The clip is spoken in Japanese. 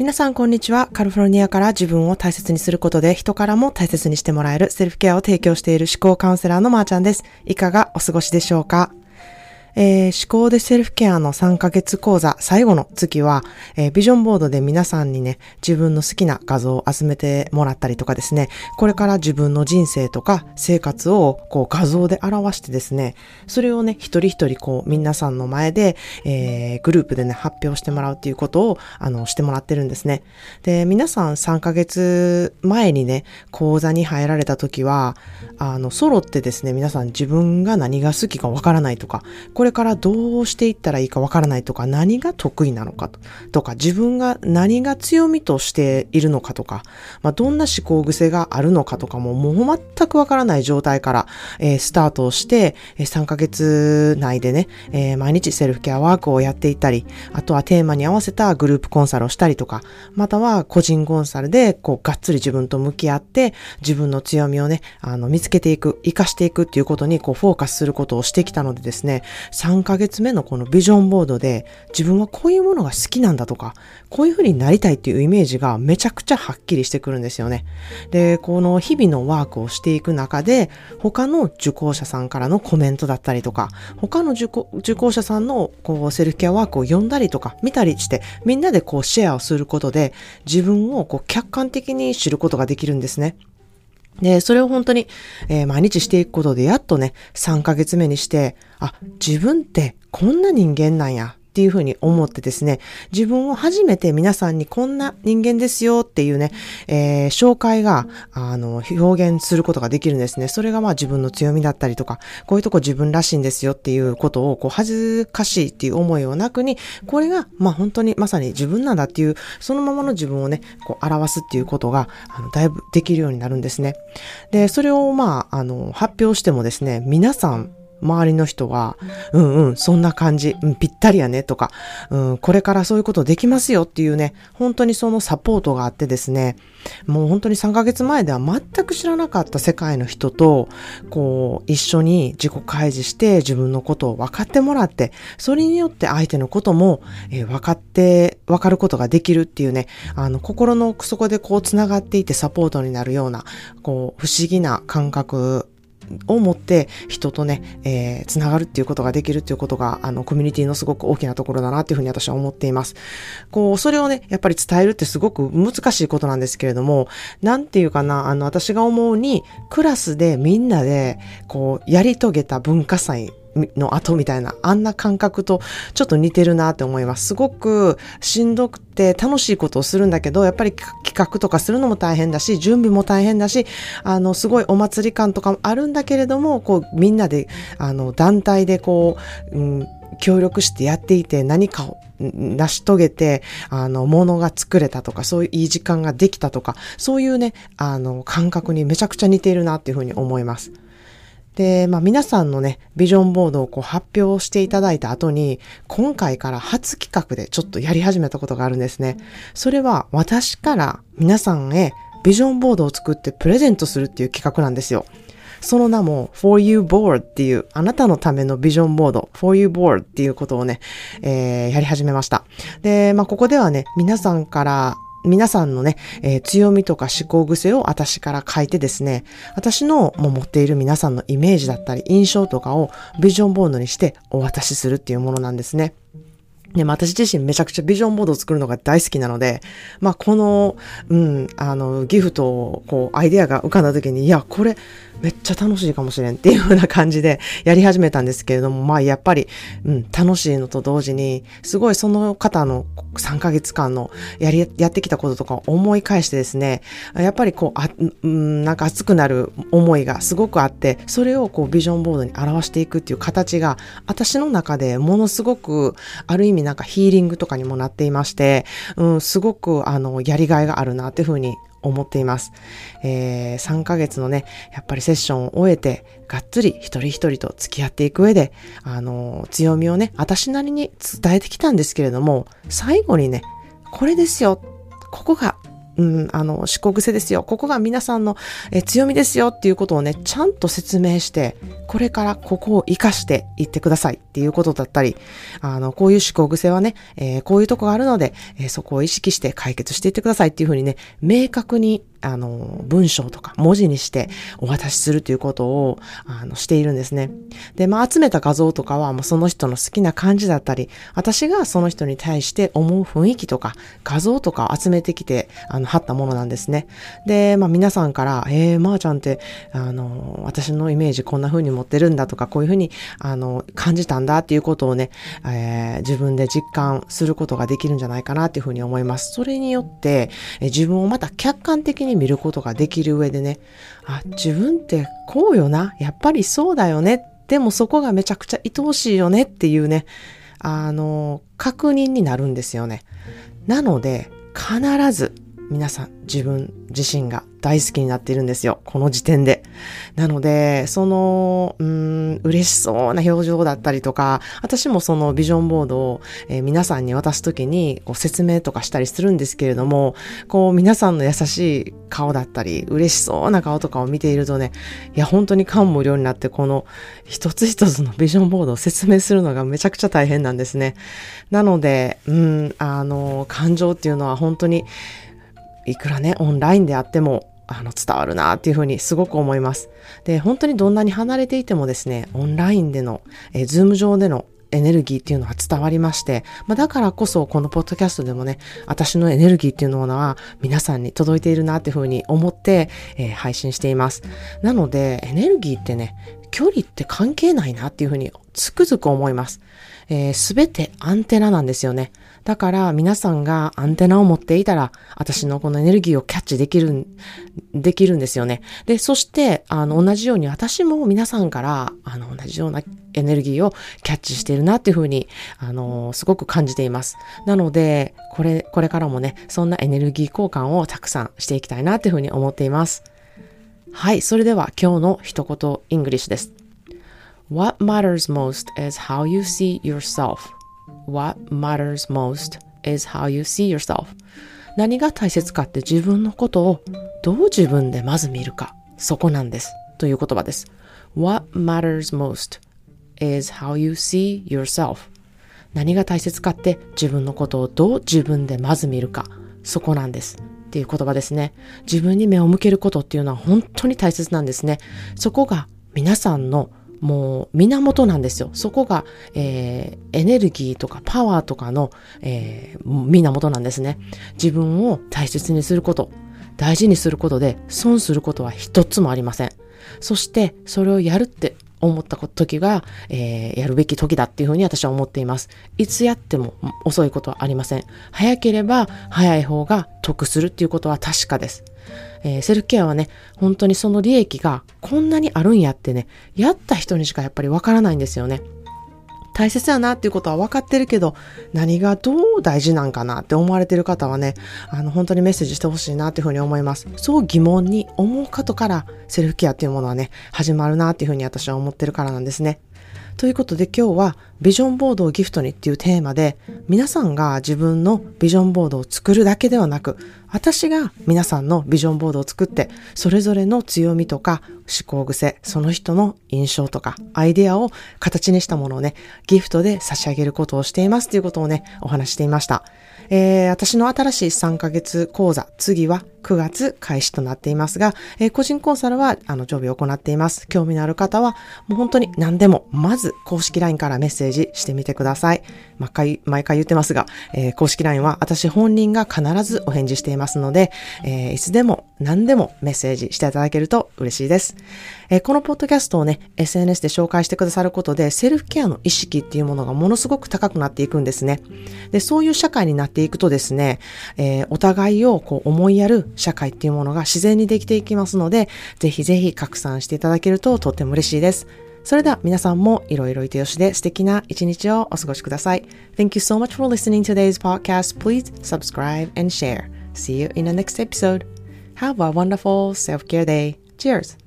皆さんこんにちは。カリフォルニアから自分を大切にすることで人からも大切にしてもらえるセルフケアを提供している思考カウンセラーのまーちゃんです。いかがお過ごしでしょうか？思考でセルフケアの3ヶ月講座最後の月は、ビジョンボードで皆さんにね、自分の好きな画像を集めてもらったりとかですね、これから自分の人生とか生活をこう画像で表してですね、それをね、一人一人こう皆さんの前で、グループでね、発表してもらうっていうことをしてもらってるんですね。で、皆さん3ヶ月前にね、講座に入られた時は、揃ってですね、皆さん自分が何が好きかわからないとか、これからどうしていったらいいかわからないとか、何が得意なのかとか、自分が何が強みとしているのかとか、どんな思考癖があるのかとかもう全くわからない状態から、スタートをして、3ヶ月内でね、毎日セルフケアワークをやっていったり、あとはテーマに合わせたグループコンサルをしたりとか、または個人コンサルでこうがっつり自分と向き合って自分の強みをね、見つけていく、活かしていくっていうことにこうフォーカスすることをしてきたのでですね、3ヶ月目のこのビジョンボードで自分はこういうものが好きなんだとか、こういうふうになりたいっていうイメージがめちゃくちゃはっきりしてくるんですよね。で、この日々のワークをしていく中で、他の受講者さんからのコメントだったりとか、他の受講者さんのこうセルフケアワークを読んだりとか見たりして、みんなでこうシェアをすることで、自分をこう客観的に知ることができるんですね。で、それを本当に、毎日していくことでやっとね、3ヶ月目にして、自分ってこんな人間なんやっていうふうに思ってですね、自分を初めて皆さんにこんな人間ですよっていうね、紹介が、表現することができるんですね。それが自分の強みだったりとか、こういうとこ自分らしいんですよっていうことを、こう恥ずかしいっていう思いをなくに、これが、本当にまさに自分なんだっていう、そのままの自分をね、こう表すっていうことが、だいぶできるようになるんですね。で、それを発表してもですね、皆さん、周りの人は、そんな感じ、ぴったりやねとか、これからそういうことできますよっていうね、本当にそのサポートがあってですね、もう本当に3ヶ月前では全く知らなかった世界の人と、こう、一緒に自己開示して自分のことを分かってもらって、それによって相手のことも、分かることができるっていうね、心の奥底でこう繋がっていてサポートになるような、こう、不思議な感覚を持って人とね、つながるっていうことができるっていうことが、コミュニティのすごく大きなところだなっていうふうに私は思っています。こう、それをね、やっぱり伝えるってすごく難しいことなんですけれども、なんていうかな、私が思うに、クラスでみんなで、こう、やり遂げた文化祭の後みたいな、あんな感覚とちょっと似てるなって思います。すごくしんどくて楽しいことをするんだけど、やっぱり企画とかするのも大変だし、準備も大変だし、すごいお祭り感とかもあるんだけれども、こう、みんなで、団体でこう、協力してやっていて何かを成し遂げて、ものが作れたとか、そういういい時間ができたとか、そういうね、感覚にめちゃくちゃ似ているなっていうふうに思います。で、皆さんのね、ビジョンボードをこう発表していただいた後に、今回から初企画でちょっとやり始めたことがあるんですね。それは私から皆さんへビジョンボードを作ってプレゼントするっていう企画なんですよ。その名も For You Board っていう、あなたのためのビジョンボード For You Board っていうことをね、やり始めました。で、ここではね、皆さんのね、強みとか思考癖を私から書いてですね、私の持っている皆さんのイメージだったり印象とかをビジョンボードにしてお渡しするっていうものなんですね。で、私自身めちゃくちゃビジョンボードを作るのが大好きなので、この、ギフトを、こう、アイデアが浮かんだ時に、いや、これ、めっちゃ楽しいかもしれんっていうような感じでやり始めたんですけれども、やっぱり、楽しいのと同時に、すごいその方の3ヶ月間のやってきたこととかを思い返してですね、やっぱりこう、なんか熱くなる思いがすごくあって、それをこうビジョンボードに表していくっていう形が、私の中でものすごく、ある意味なんかヒーリングとかにもなっていまして、すごくやりがいがあるなっていうふうに思っています。3ヶ月のね、やっぱりセッションを終えて、がっつり一人一人と付き合っていく上で、強みをね、私なりに伝えてきたんですけれども、最後にね、これですよ。ここが思考癖ですよ。ここが皆さんの強みですよっていうことをね、ちゃんと説明して、これからここを活かしていってくださいっていうことだったり、こういう思考癖はね、こういうとこがあるので、そこを意識して解決していってくださいっていうふうにね、明確に文章とか文字にしてお渡しするということをしているんですね。で、集めた画像とかはもうその人の好きな感じだったり、私がその人に対して思う雰囲気とか画像とかを集めてきて貼ったものなんですね。で、皆さんからまーちゃんって私のイメージこんな風に持ってるんだとか、こういう風に感じたんだっていうことをね、自分で実感することができるんじゃないかなっていう風に思います。それによって自分をまた客観的に見ることができる上でね、自分ってこうよな、やっぱりそうだよね、でもそこがめちゃくちゃ愛おしいよねっていうね、確認になるんですよね。なので必ず皆さん自分自身が大好きになっているんですよ、この時点で。なので嬉しそうな表情だったりとか、私もそのビジョンボードを、皆さんに渡すときに説明とかしたりするんですけれども、皆さんの優しい顔だったり嬉しそうな顔とかを見ているとね、いや本当に感無量になって、この一つ一つのビジョンボードを説明するのがめちゃくちゃ大変なんですね。なので感情っていうのは本当にいくらねオンラインであっても伝わるなっていうふうにすごく思います。で、本当にどんなに離れていてもですね、オンラインでのズーム上でのエネルギーっていうのは伝わりまして、だからこそこのポッドキャストでもね、私のエネルギーっていうのは皆さんに届いているなっていうふうに思って、配信しています。なのでエネルギーってね、距離って関係ないなっていうふうにつくづく思います。すべてアンテナなんですよね。だから皆さんがアンテナを持っていたら、私のこのエネルギーをキャッチできるんですよね。で、そして同じように私も皆さんから同じようなエネルギーをキャッチしているなっていうふうにすごく感じています。なのでこれからもね、そんなエネルギー交換をたくさんしていきたいなっていうふうに思っています。はい、それでは今日の一言イングリッシュです。What matters most is how you see yourself.What matters most is how you see yourself. 何が大切かって自分のことをどう自分でまず見るか、そこなんですという言葉です。What matters most is how you see yourself. 何が大切かって自分のことをどう自分でまず見るか、そこなんですっていう言葉ですね。自分に目を向けることっていうのは本当に大切なんですね。そこが皆さんのもう源なんですよ。そこが、エネルギーとかパワーとかの、源なんですね。自分を大切にすること、大事にすることで損することは一つもありません。そしてそれをやるって思った時が、やるべき時だっていうふうに私は思っています。いつやっても遅いことはありません。早ければ早い方が得するっていうことは確かです。セルフケアはね、本当にその利益がこんなにあるんやってね、やった人にしかやっぱりわからないんですよね。大切やなっていうことは分かってるけど、何がどう大事なんかなって思われてる方はね、本当にメッセージしてほしいなっていうふうに思います。そう疑問に思うことからセルフケアっていうものはね、始まるなっていうふうに私は思ってるからなんですね。ということで今日はビジョンボードをギフトにっていうテーマで、皆さんが自分のビジョンボードを作るだけではなく、私が皆さんのビジョンボードを作って、それぞれの強みとか思考癖、その人の印象とかアイデアを形にしたものをね、ギフトで差し上げることをしていますということをね、お話していました。私の新しい3ヶ月講座、次は9月開始となっていますが、個人コンサルは常備を行っています。興味のある方はもう本当に何でもまず公式 LINE からメッセージしてみてください。毎回言ってますが、公式 LINE は私本人が必ずお返事していますので、いつでも何でもメッセージしていただけると嬉しいです。このポッドキャストをね、SNS で紹介してくださることで、セルフケアの意識っていうものがものすごく高くなっていくんですね。で、そういう社会になっていくとですね、お互いを思いやる社会っていうものが自然にできていきますので、ぜひぜひ拡散していただけるととっても嬉しいです。それでは皆さんもいろいろいてよしで素敵な一日をお過ごしください。Thank you so much for listening to today's podcast. Please subscribe and share. See you in the next episode. Have a wonderful self-care day. Cheers!